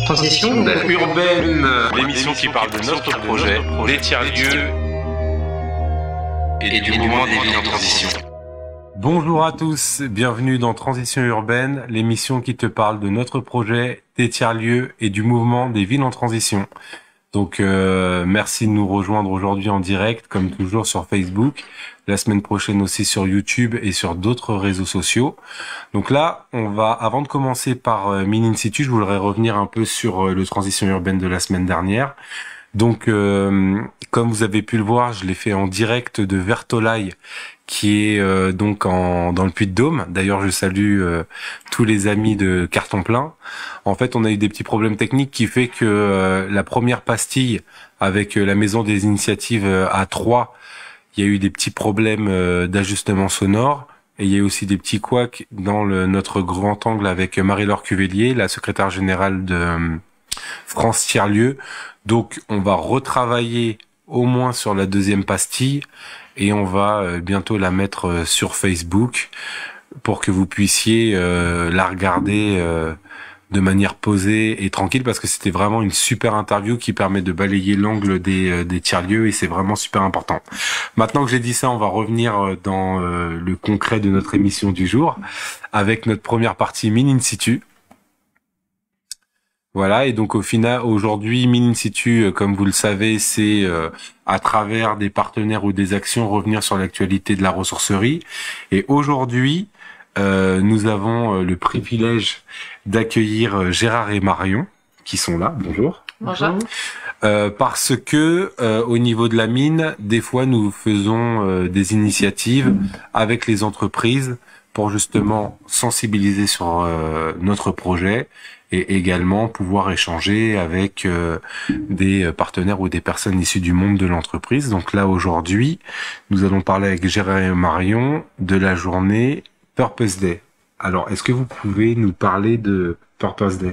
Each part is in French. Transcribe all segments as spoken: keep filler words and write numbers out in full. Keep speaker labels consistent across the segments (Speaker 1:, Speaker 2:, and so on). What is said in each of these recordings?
Speaker 1: Transition
Speaker 2: urbaine, l'émission qui parle de notre projet, des tiers-lieux et du mouvement des villes en transition.
Speaker 3: Bonjour à tous, bienvenue dans Transition urbaine, l'émission qui te parle de notre projet, des tiers-lieux et du mouvement des villes en transition. Donc euh, merci de nous rejoindre aujourd'hui en direct, comme toujours sur Facebook, la semaine prochaine aussi sur YouTube et sur d'autres réseaux sociaux. Donc là, on va, avant de commencer par euh, Mine In Situ, je voudrais revenir un peu sur euh, le Transition urbaine de la semaine dernière. Donc, euh, comme vous avez pu le voir, je l'ai fait en direct de Vertolaye, qui est euh, donc en dans le Puy-de-Dôme. D'ailleurs, je salue euh, tous les amis de Carton Plein. En fait, on a eu des petits problèmes techniques qui fait que euh, la première pastille avec euh, la Maison des Initiatives euh, à Troyes, il y a eu des petits problèmes euh, d'ajustement sonore. Et il y a aussi des petits couacs dans le, notre grand angle avec Marie-Laure Cuvelier, la secrétaire générale de euh, France Tiers-Lieux. Donc, on va retravailler au moins sur la deuxième pastille et on va euh, bientôt la mettre euh, sur Facebook pour que vous puissiez euh, la regarder euh, de manière posée et tranquille, parce que c'était vraiment une super interview qui permet de balayer l'angle des, euh, des tiers-lieux et c'est vraiment super important. Maintenant que j'ai dit ça, on va revenir dans euh, le concret de notre émission du jour avec notre première partie Mine In Situ. Voilà, et donc au final, aujourd'hui, Mine In Situ, comme vous le savez, c'est euh, à travers des partenaires ou des actions revenir sur l'actualité de la ressourcerie. Et aujourd'hui, euh, nous avons le privilège d'accueillir euh, Gérard et Marion, qui sont là. Bonjour.
Speaker 4: Bonjour.
Speaker 3: Euh, parce que euh, au niveau de la mine, des fois, nous faisons euh, des initiatives avec les entreprises pour justement sensibiliser sur euh, notre projet et également pouvoir échanger avec euh, des partenaires ou des personnes issues du monde de l'entreprise. Donc là, aujourd'hui, nous allons parler avec Gérard et Marion de la journée Purpose Day. Alors, est-ce que vous pouvez nous parler de Purpose Day ?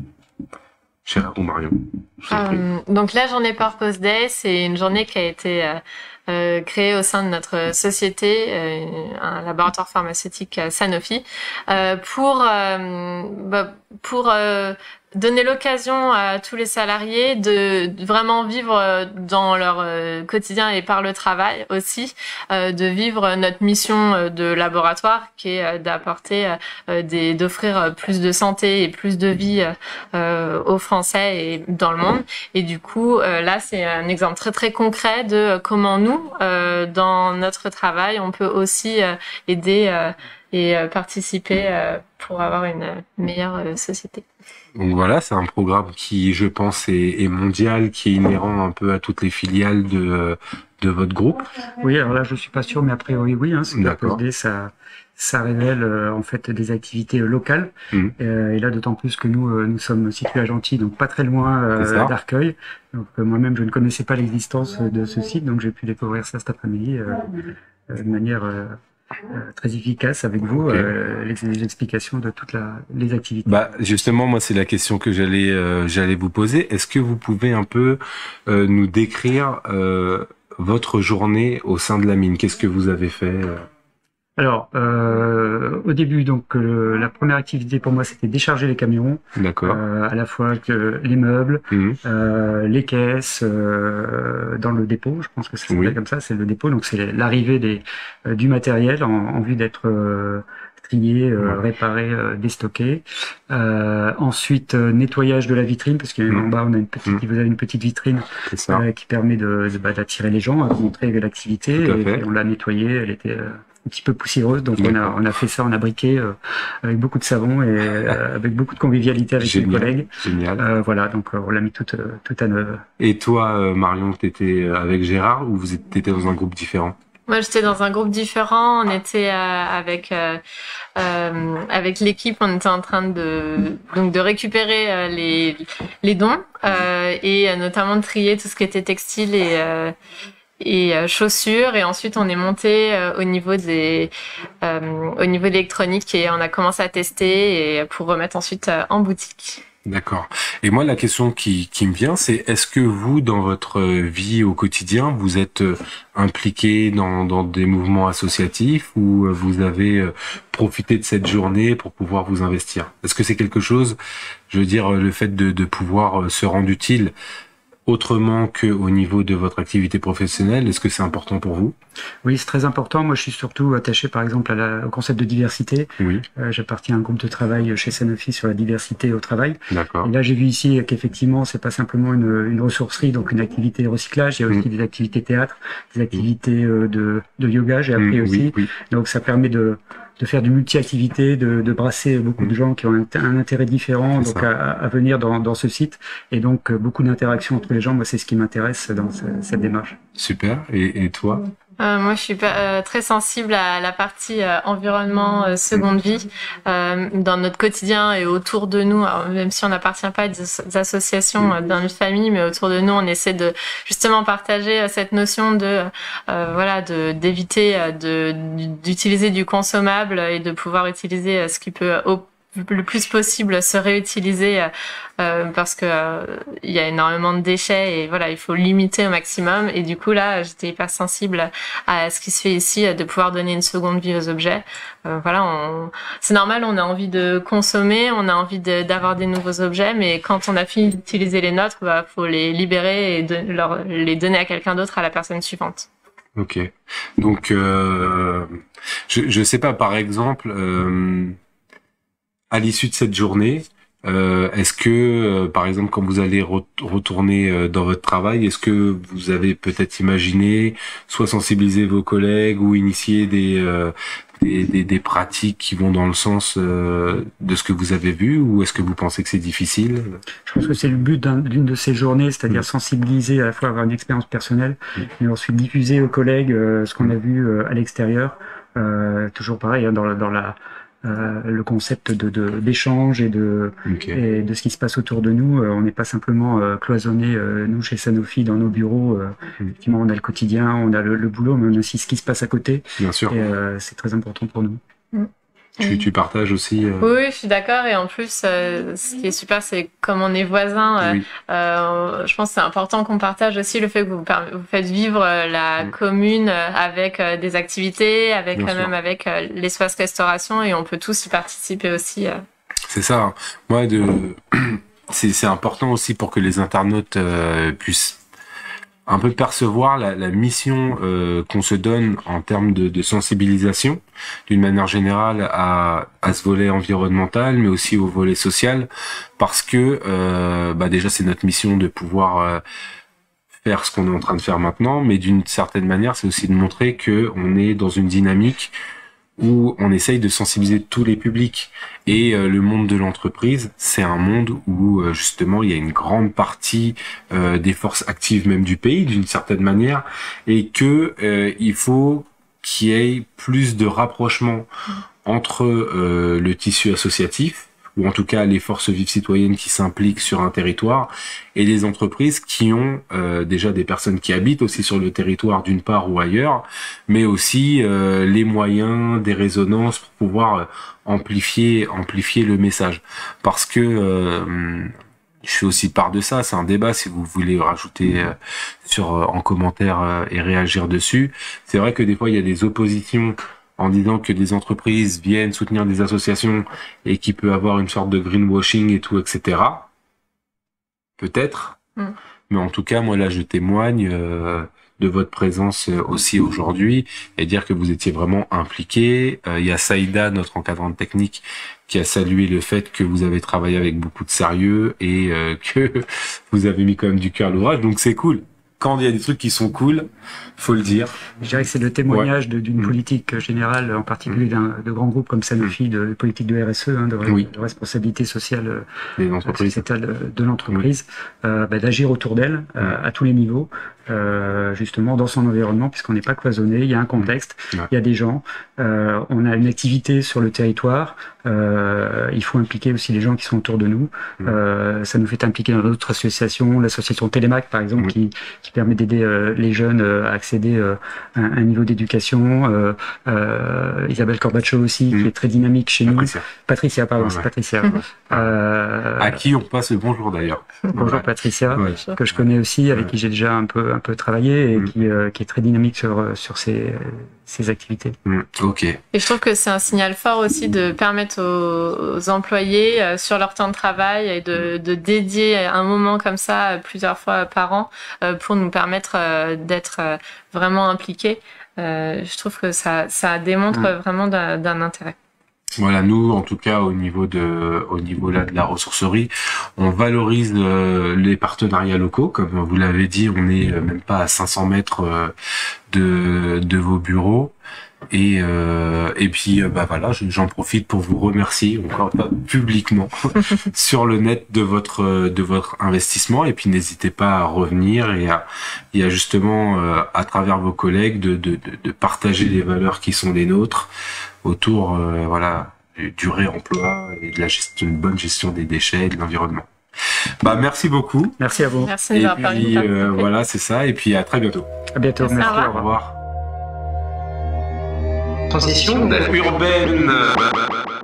Speaker 3: Gérard ou Marion ?
Speaker 4: Euh, donc la journée Purpose Day, c'est une journée qui a été euh, euh, créée au sein de notre société, euh, un laboratoire pharmaceutique euh, Sanofi, euh, pour euh, bah, pour euh, donner l'occasion à tous les salariés de, de vraiment vivre dans leur euh, quotidien et par le travail aussi, euh, de vivre notre mission de laboratoire qui est euh, d'apporter euh, des, d'offrir plus de santé et plus de vie euh, aux Français et dans le monde. Et du coup, euh, là, c'est un exemple très très concret de comment nous, euh, dans notre travail, on peut aussi euh, aider euh, et euh, participer euh, pour avoir une meilleure euh, société.
Speaker 3: Donc voilà, c'est un programme qui, je pense, est, est mondial, qui est inhérent un peu à toutes les filiales de de votre groupe.
Speaker 1: Oui, alors là, je suis pas sûr, mais a priori, oui. Hein, c'est
Speaker 3: D'accord.
Speaker 1: Purpose Day, ça, ça révèle euh, en fait des activités euh, locales. Mmh. Euh, et là, d'autant plus que nous, euh, nous sommes situés à Gentilly, donc pas très loin euh, d'Arcueil. Donc euh, moi-même, je ne connaissais pas l'existence de ce site, donc j'ai pu découvrir ça cet après-midi euh, euh, de manière euh, Euh, très efficace avec vous, okay. euh, les, les explications de toutes la, les activités.
Speaker 3: Bah justement, moi c'est la question que j'allais euh, j'allais vous poser. Est-ce que vous pouvez un peu euh, nous décrire euh, votre journée au sein de la mine ? Qu'est-ce que vous avez fait euh...
Speaker 1: Alors, euh, au début, donc euh, la première activité pour moi, c'était décharger les camions.
Speaker 3: D'accord.
Speaker 1: Euh, à la fois que les meubles, mmh. euh, les caisses euh, dans le dépôt. Je pense que ça s'appelle oui. comme ça, c'est le dépôt. Donc c'est l'arrivée des euh, du matériel en, en vue d'être euh, trié, euh, ouais. réparé, euh, déstocké. Euh, ensuite, euh, nettoyage de la vitrine, parce qu'en mmh. bas on a une petite, mmh. vous avez une petite vitrine euh, qui permet de, de bah, d'attirer les gens, à montrer l'activité. Et, et on l'a nettoyée. Elle était euh, un petit peu poussiéreuse, donc on a on a fait ça, on a briqué euh, avec beaucoup de savon et euh, avec beaucoup de convivialité avec
Speaker 3: Génial.
Speaker 1: mes collègues.
Speaker 3: Génial.
Speaker 1: Euh, voilà, donc euh, on l'a mis toute toute à neuf.
Speaker 3: Et toi, euh, Marion, t'étais avec Gérard ou vous étiez dans un groupe différent ?
Speaker 4: Moi, j'étais dans un groupe différent. On était euh, avec euh, euh, avec l'équipe. On était en train de donc de récupérer euh, les les dons euh, et euh, notamment de trier tout ce qui était textile et euh, et euh, chaussures, et ensuite on est monté euh, au niveau des euh, au niveau de l'électronique et on a commencé à tester et pour remettre ensuite euh, en boutique.
Speaker 3: D'accord. Et moi, la question qui, qui me vient, c'est est-ce que vous, dans votre vie au quotidien, vous êtes impliqué dans, dans des mouvements associatifs ou vous avez profité de cette journée pour pouvoir vous investir? Est-ce que c'est quelque chose, je veux dire, le fait de, de pouvoir se rendre utile autrement qu'au niveau de votre activité professionnelle, est-ce que c'est important pour vous?
Speaker 1: Oui, c'est très important. Moi, je suis surtout attaché, par exemple, à la, au concept de diversité.
Speaker 3: Oui.
Speaker 1: Euh, j'appartiens à un groupe de travail chez Sanofi sur la diversité au travail.
Speaker 3: D'accord.
Speaker 1: Et là, j'ai vu ici qu'effectivement, c'est pas simplement une, une ressourcerie, donc une activité de recyclage. Il y a aussi mmh. des activités théâtre, des activités euh, de, de yoga, j'ai appris mmh, aussi. Oui, oui. Donc, ça permet de de faire du multi-activité, de, de brasser beaucoup de gens qui ont un, un intérêt différent donc à, à venir dans, dans ce site. Et donc, beaucoup d'interactions entre les gens. Moi, c'est ce qui m'intéresse dans ce, cette démarche.
Speaker 3: Super. Et, et toi?
Speaker 4: Euh, moi, je suis euh, très sensible à la partie euh, environnement, euh, seconde vie, euh, dans notre quotidien et autour de nous. Alors, même si on n'appartient pas à des, des associations euh, dans notre famille, mais autour de nous, on essaie de justement partager euh, cette notion de euh, voilà, de d'éviter euh, de d'utiliser du consommable et de pouvoir utiliser euh, ce qui peut au le plus possible se réutiliser euh, parce que euh, il y a énormément de déchets et voilà, il faut limiter au maximum. Et du coup là, j'étais hyper sensible à ce qui se fait ici, de pouvoir donner une seconde vie aux objets. Euh, voilà, on... c'est normal, on a envie de consommer, on a envie de, d'avoir des nouveaux objets, mais quand on a fini d'utiliser les nôtres, bah faut les libérer et de, leur, les donner à quelqu'un d'autre, à la personne suivante.
Speaker 3: Ok. Donc euh, je je sais pas, par exemple. Euh... À l'issue de cette journée, euh, est-ce que, euh, par exemple, quand vous allez re- retourner euh, dans votre travail, est-ce que vous avez peut-être imaginé, soit sensibiliser vos collègues ou initier des, euh, des, des, des pratiques qui vont dans le sens euh, de ce que vous avez vu, ou est-ce que vous pensez que c'est difficile?
Speaker 1: Je pense que c'est le but d'un, d'une de ces journées, c'est-à-dire mmh. sensibiliser, à la fois avoir une expérience personnelle, mmh. mais ensuite diffuser aux collègues euh, ce qu'on a vu euh, à l'extérieur. Euh, toujours pareil, hein, dans, la, dans la Euh, le concept de, de d'échange et de okay. et de ce qui se passe autour de nous. Euh, on n'est pas simplement euh, cloisonné euh, nous chez Sanofi dans nos bureaux. Euh, mm. Effectivement, on a le quotidien, on a le, le boulot, mais on a aussi ce qui se passe à côté.
Speaker 3: Bien sûr.
Speaker 1: Et euh, c'est très important pour nous.
Speaker 4: Mm.
Speaker 3: Tu, tu partages aussi euh...
Speaker 4: Oui, je suis d'accord. Et en plus, euh, ce qui est super, c'est comme on est voisins. Euh, oui. euh, je pense que c'est important qu'on partage aussi le fait que vous, vous faites vivre la oui. commune avec euh, des activités, avec euh, même avec euh, l'espace restauration, et on peut tous y participer aussi. Euh.
Speaker 3: C'est ça. Moi, de, c'est, c'est important aussi pour que les internautes euh, puissent un peu percevoir la, la mission euh, qu'on se donne en termes de, de sensibilisation, d'une manière générale à, à ce volet environnemental, mais aussi au volet social, parce que euh, bah déjà c'est notre mission de pouvoir euh, faire ce qu'on est en train de faire maintenant, mais d'une certaine manière c'est aussi de montrer que on est dans une dynamique où on essaye de sensibiliser tous les publics. Et euh, le monde de l'entreprise, c'est un monde où euh, justement il y a une grande partie euh, des forces actives même du pays d'une certaine manière, et que euh, il faut qu'il y ait plus de rapprochement entre euh, le tissu associatif, ou en tout cas les forces vives citoyennes qui s'impliquent sur un territoire, et les entreprises qui ont euh, déjà des personnes qui habitent aussi sur le territoire d'une part ou ailleurs, mais aussi euh, les moyens, des résonances pour pouvoir euh, amplifier amplifier le message. Parce que euh, je fais aussi part de ça, c'est un débat si vous voulez rajouter euh, sur euh, en commentaire euh, et réagir dessus. C'est vrai que des fois il y a des oppositions en disant que des entreprises viennent soutenir des associations et qu'il peut avoir une sorte de greenwashing et tout, et cetera. Peut-être. Mm. Mais en tout cas, moi là, je témoigne euh, de votre présence aussi aujourd'hui et dire que vous étiez vraiment impliqués. Il euh, y a Saïda, notre encadrante technique, qui a salué le fait que vous avez travaillé avec beaucoup de sérieux et euh, que vous avez mis quand même du cœur à l'ouvrage. Donc c'est cool. Quand il y a des trucs qui sont cool, faut le dire.
Speaker 1: Je dirais que c'est le témoignage ouais. de, d'une mmh. politique générale, en particulier d'un, de grands groupes comme Sanofi, de, de politique de R S E, hein, de, oui. de responsabilité sociale euh, sociétale de l'entreprise, oui. euh, bah, d'agir autour d'elle euh, à tous les niveaux, euh, justement dans son environnement, puisqu'on n'est pas cloisonné, il y a un contexte, ouais. il y a des gens, euh, on a une activité sur le territoire, euh, il faut impliquer aussi les gens qui sont autour de nous. Mmh. Euh, ça nous fait impliquer dans d'autres associations, l'association Télémac par exemple, oui. qui, qui permet d'aider euh, les jeunes euh, à accéder euh, à un niveau d'éducation. Euh, euh, Isabelle Corbacho aussi, mmh. qui est très dynamique chez
Speaker 3: Patricia.
Speaker 1: nous. Patricia, pardon, ouais, c'est ouais. Patricia.
Speaker 3: euh, à qui on passe le bonjour d'ailleurs.
Speaker 1: Bonjour ouais. Patricia, ouais. que je connais aussi, avec ouais. qui j'ai déjà un peu un peu travaillé et mmh. qui euh, qui est très dynamique sur sur ces ces activités.
Speaker 3: Mmh. Ok.
Speaker 4: Et je trouve que c'est un signal fort aussi de permettre aux, aux employés euh, sur leur temps de travail et de, de dédier un moment comme ça plusieurs fois par an euh, pour nous permettre euh, d'être euh, vraiment impliqués. Euh, je trouve que ça ça démontre mmh. vraiment d'un, d'un intérêt.
Speaker 3: Voilà, nous, en tout cas, au niveau de, au niveau là de la ressourcerie, on valorise euh, les partenariats locaux. Comme vous l'avez dit, on n'est même pas à cinq cents mètres euh, de, de vos bureaux. Et euh, et puis euh, bah voilà, j'en profite pour vous remercier encore pas publiquement sur le net de votre de votre investissement. Et puis n'hésitez pas à revenir et à et à justement euh, à travers vos collègues de, de de de partager les valeurs qui sont les nôtres autour euh, voilà du, du réemploi et de la gestion, une bonne gestion des déchets et de l'environnement. Bah merci beaucoup.
Speaker 1: Merci à vous.
Speaker 4: Merci d'avoir parlé.
Speaker 3: Et puis euh, voilà, c'est ça. Et puis à très bientôt.
Speaker 1: À bientôt. Merci. Merci.
Speaker 3: Au revoir.
Speaker 2: Transition urbaine.